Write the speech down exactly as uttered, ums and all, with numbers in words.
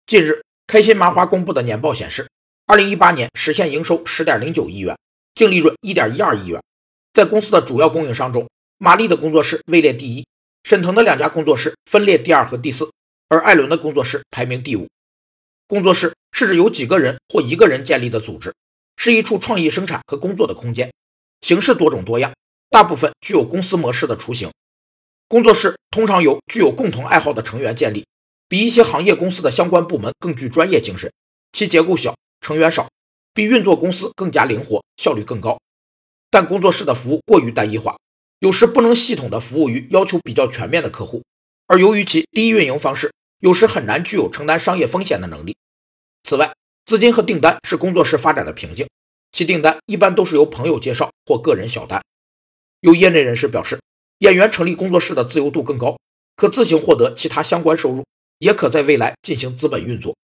近日，开心麻花公布的年报显示，二零一八年实现营收 十点零九亿元，净利润 一点一二亿元。在公司的主要供应商中，马力的工作室位列第一，沈腾的两家工作室分列第二和第四，而艾伦的工作室排名第五。工作室是指由几个人或一个人建立的组织，是一处创意生产和工作的空间，形式多种多样，大部分具有公司模式的雏形。工作室通常由具有共同爱好的成员建立，比一些行业公司的相关部门更具专业精神，其结构小，成员少，比运作公司更加灵活，效率更高。但工作室的服务过于单一化，有时不能系统的服务于要求比较全面的客户，而由于其低运营方式，有时很难具有承担商业风险的能力。此外，资金和订单是工作室发展的瓶颈，其订单一般都是由朋友介绍或个人小单。有业内人士表示，演员成立工作室的自由度更高，可自行获得其他相关收入，也可在未来进行资本运作。